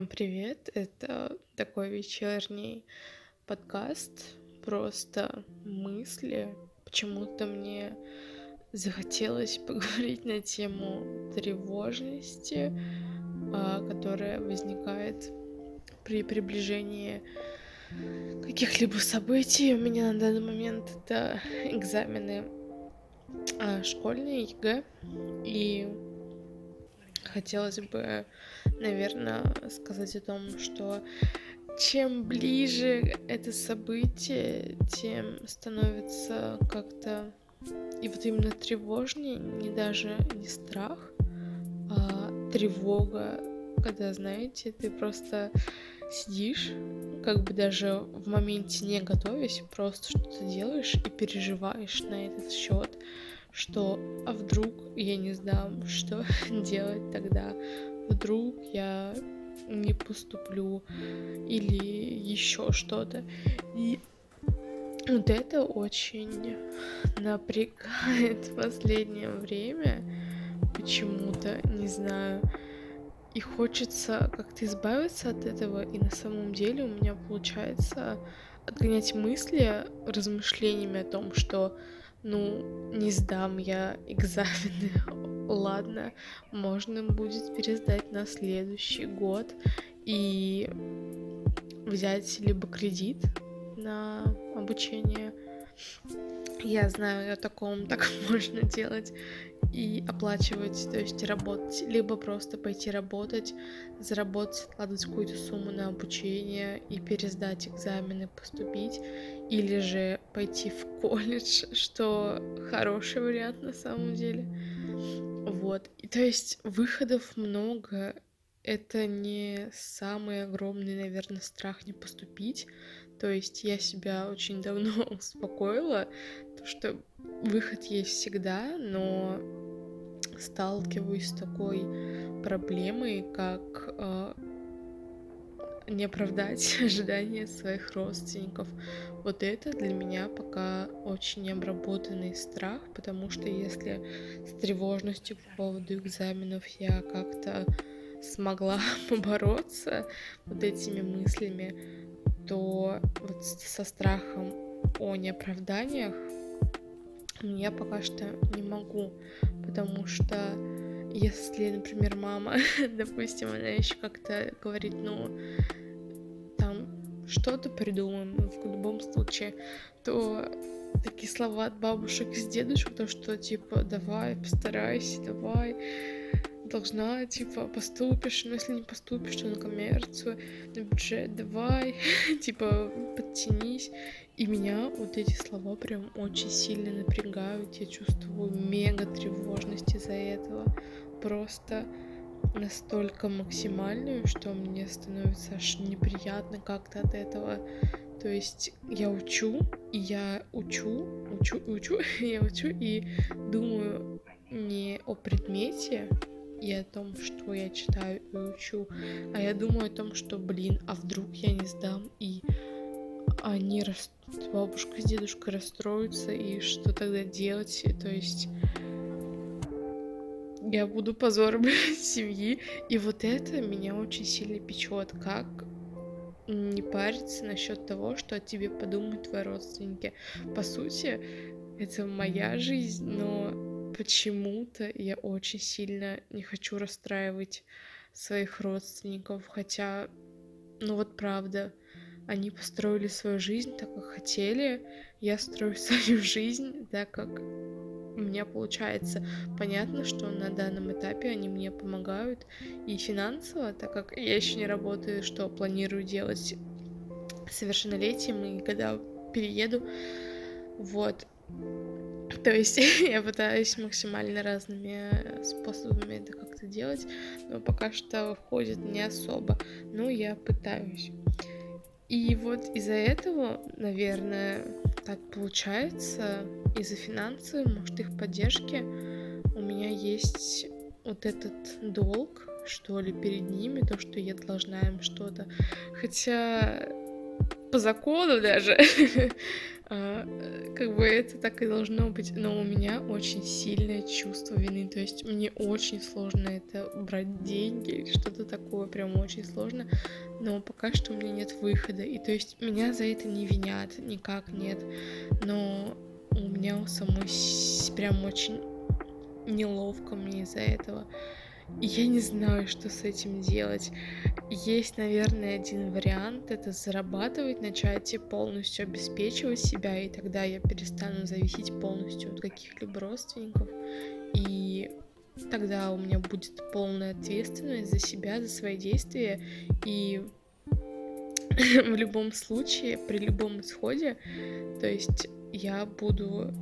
Привет, это такой вечерний подкаст, просто мысли. Почему-то мне захотелось поговорить на тему тревожности, которая возникает при приближении каких-либо событий. У меня на данный момент это экзамены школьные, ЕГЭ, и хотелось бы, наверное, сказать о том, что чем ближе это событие, тем становится как-то и вот именно тревожнее, не даже не страх, а тревога, когда, знаете, ты просто сидишь, как бы даже в моменте не готовясь, просто что-то делаешь и переживаешь на этот счет, что а вдруг я не сдам, что делать тогда, вдруг я не поступлю или еще что-то. И вот это очень напрягает в последнее время почему-то, не знаю. И хочется как-то избавиться от этого, и на самом деле у меня получается отгонять мысли размышлениями о том, что, не сдам я экзамены, ладно, можно будет пересдать на следующий год и взять либо кредит на обучение. Я знаю о таком, так можно делать и оплачивать, то есть работать, либо просто пойти работать, заработать, откладывать какую-то сумму на обучение и пересдать экзамены, поступить, или же пойти в колледж, что хороший вариант на самом деле. Вот, и то есть выходов много, это не самый огромный, наверное, страх не поступить. То есть я себя очень давно успокоила, то что выход есть всегда, но сталкиваюсь с такой проблемой, как не оправдать ожидания своих родственников. Вот это для меня пока очень необработанный страх, потому что если с тревожностью по поводу экзаменов я как-то смогла побороться вот этими мыслями, то вот со страхом о неоправданиях я пока что не могу, потому что если, например, мама, допустим, она еще как-то говорит, там что-то придумаем в любом случае, то такие слова от бабушек с дедушек, то что типа давай, постарайся, давай, должна, типа, поступишь, но если не поступишь, то на коммерцию, на бюджет, давай, типа, подтянись. И меня вот эти слова прям очень сильно напрягают, я чувствую мега тревожность из-за этого, просто настолько максимальную, что мне становится аж неприятно как-то от этого. То есть я учу, и я учу, я учу и думаю не о предмете и о том, что я читаю и учу, а я думаю о том, что, а вдруг я не сдам, и они, бабушка с дедушкой расстроятся, и что тогда делать? То есть я буду позором семьи, и вот это меня очень сильно печет, как не париться насчет того, что о тебе подумают твои родственники. По сути, это моя жизнь, но почему-то я очень сильно не хочу расстраивать своих родственников, хотя, вот правда, они построили свою жизнь так, как хотели, я строю свою жизнь так, как у меня получается. Понятно, что на данном этапе они мне помогают и финансово, так как я еще не работаю, что планирую делать совершеннолетием, и когда перееду, вот. То есть я пытаюсь максимально разными способами это как-то делать, но пока что входит не особо, но я пытаюсь. И вот из-за этого, наверное, так получается, из-за финансовой, может, их поддержки, у меня есть вот этот долг, что ли, перед ними, то, что я должна им что-то. Хотя по закону даже, как бы это так и должно быть, но у меня очень сильное чувство вины, то есть мне очень сложно это брать деньги или что-то такое, прям очень сложно, но пока что у меня нет выхода, и то есть меня за это не винят, никак нет, но у меня у самой прям очень неловко мне из-за этого. И я не знаю, что с этим делать. Есть, наверное, один вариант — это зарабатывать, начать и полностью обеспечивать себя, и тогда я перестану зависеть полностью от каких-либо родственников, и тогда у меня будет полная ответственность за себя, за свои действия, и в любом случае, при любом исходе, то есть я буду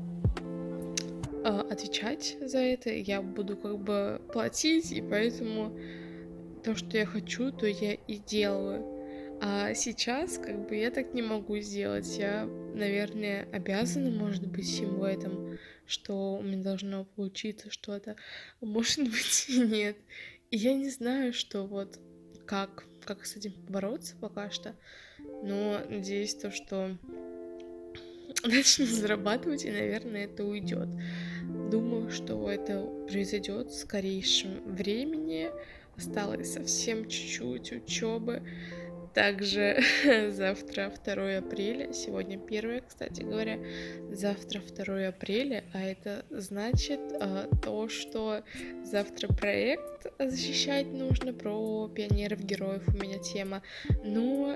отвечать за это, я буду как бы платить, и поэтому то, что я хочу, то я и делаю. А сейчас как бы я так не могу сделать. Я, наверное, обязана, может быть, им в этом, что у меня должно получиться что-то, а может быть и нет. И я не знаю, что вот как с этим бороться пока что, но надеюсь то, что начну зарабатывать, и, наверное, это уйдет. Думаю, что это произойдет в скорейшем времени. Осталось совсем чуть-чуть учебы. Также завтра 2 апреля, сегодня 1, кстати говоря, завтра 2 апреля, а это значит то, что завтра проект защищать нужно про пионеров-героев, у меня тема. Но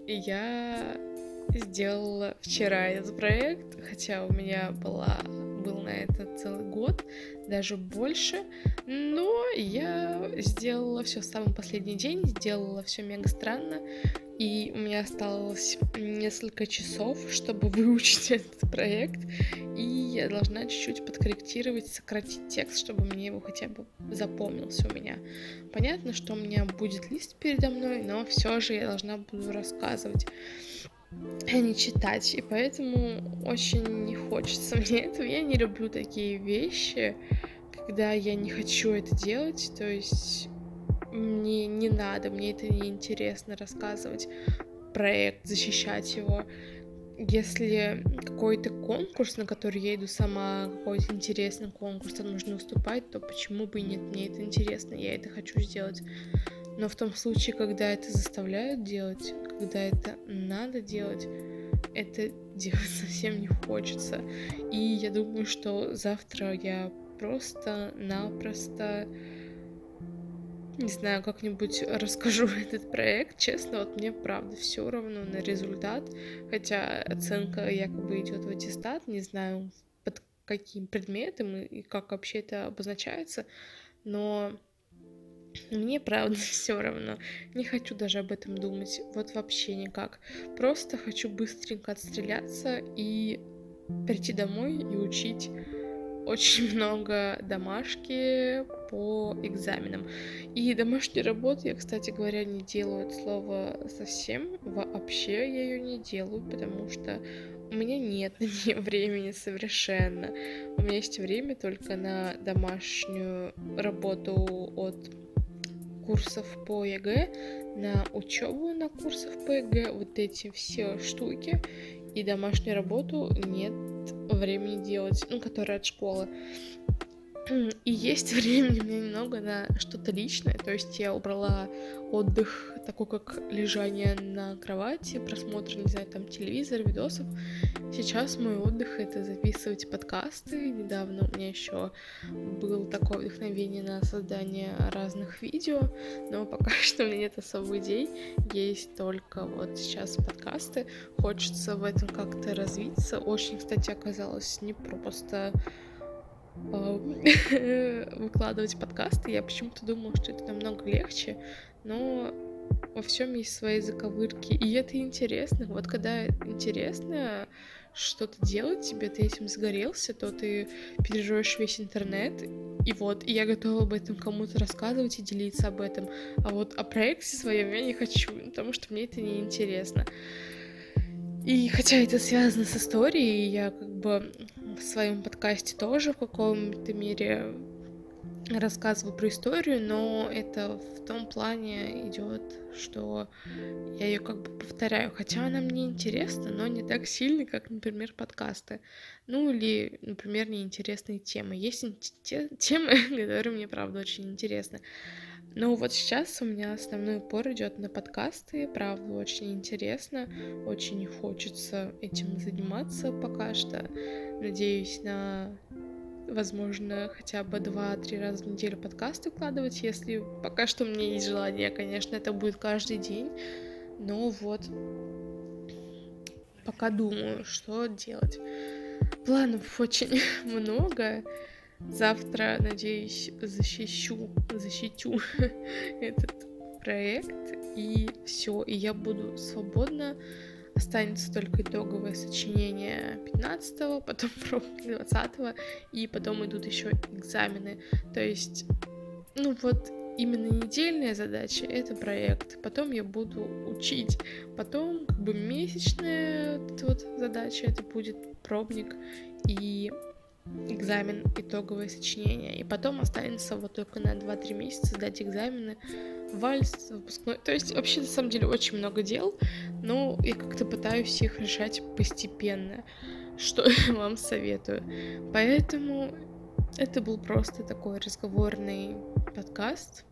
я сделала вчера этот проект, хотя у меня был на это целый год, даже больше, но я сделала все в самый последний день, сделала все мега странно, и у меня осталось несколько часов, чтобы выучить этот проект, и я должна чуть-чуть подкорректировать, сократить текст, чтобы мне его хотя бы запомнился у меня. Понятно, что у меня будет лист передо мной, но все же я должна буду рассказывать, а не читать, и поэтому очень не хочется мне этого. Я не люблю такие вещи, когда я не хочу это делать, то есть мне не надо, мне это не интересно рассказывать проект, защищать его. Если какой-то конкурс, на который я иду сама, какой-то интересный конкурс, там нужно выступать, то почему бы и нет, мне это интересно, я это хочу сделать. Но в том случае, когда это заставляют делать, когда это надо делать, это делать совсем не хочется. И я думаю, что завтра я просто-напросто, не знаю, как-нибудь расскажу этот проект. Честно, вот мне правда все равно на результат, хотя оценка якобы идет в аттестат, не знаю под каким предметом и как вообще это обозначается, но мне правда все равно. Не хочу даже об этом думать. Вот вообще никак. Просто хочу быстренько отстреляться и прийти домой и учить очень много домашки по экзаменам. И домашнюю работу я, кстати говоря, не делаю от слова совсем. Вообще я ее не делаю, потому что у меня нет на нее времени совершенно. У меня есть время только на домашнюю работу от курсов по ЕГЭ, на учебу на курсах по ЕГЭ, вот эти все штуки, и домашнюю работу нет времени делать, которая от школы. И есть времени у меня немного на что-то личное, то есть я убрала отдых, такой как лежание на кровати, просмотр, не знаю, там телевизора, видосов. Сейчас мой отдых — это записывать подкасты. Недавно у меня еще было такое вдохновение на создание разных видео, но пока что у меня нет особых идей, есть только вот сейчас подкасты. Хочется в этом как-то развиться. Очень, кстати, оказалось непросто выкладывать подкасты. Я почему-то думала, что это намного легче, но во всем есть свои заковырки, и это интересно. Вот когда интересно что-то делать тебе, ты этим загорелся, то ты переживаешь весь интернет, и вот, и я готова об этом кому-то рассказывать и делиться об этом. А вот о проекте своем я не хочу, потому что мне это не интересно. И хотя это связано с историей, я как бы в своем подкасте тоже в каком-то мере рассказываю про историю, но это в том плане идет, что я ее как бы повторяю, хотя она мне интересна, но не так сильно, как, например, подкасты. Ну или, например, неинтересные темы. Есть темы, которые мне, правда, очень интересны. Но вот сейчас у меня основной упор идет на подкасты, правда, очень интересно, очень хочется этим заниматься пока что. Надеюсь на, возможно, хотя бы 2-3 раза в неделю подкасты выкладывать, если пока что у меня есть желание, конечно, это будет каждый день. Но вот, пока думаю, что делать. Планов очень много. Завтра, надеюсь, защитю этот проект, и все, и я буду свободна. Останется только итоговое сочинение 15-го, потом пробник 20-го, и потом идут еще экзамены. То есть, ну вот, именно недельная задача — это проект. Потом я буду учить. Потом, как бы, месячная вот задача — это будет пробник и экзамен, итоговое сочинение. И потом останется вот только на 2-3 месяца сдать экзамены, вальс, выпускной. То есть вообще, на самом деле, очень много дел, но я как-то пытаюсь их решать постепенно, что я вам советую. Поэтому это был просто такой разговорный подкаст.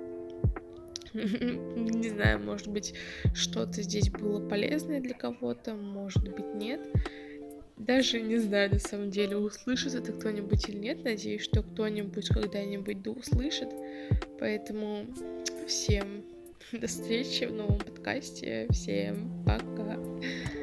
Не знаю, может быть, что-то здесь было полезное для кого-то, может быть, нет. Даже не знаю, на самом деле, услышит это кто-нибудь или нет. Надеюсь, что кто-нибудь когда-нибудь да услышит. Поэтому всем до встречи в новом подкасте. Всем пока.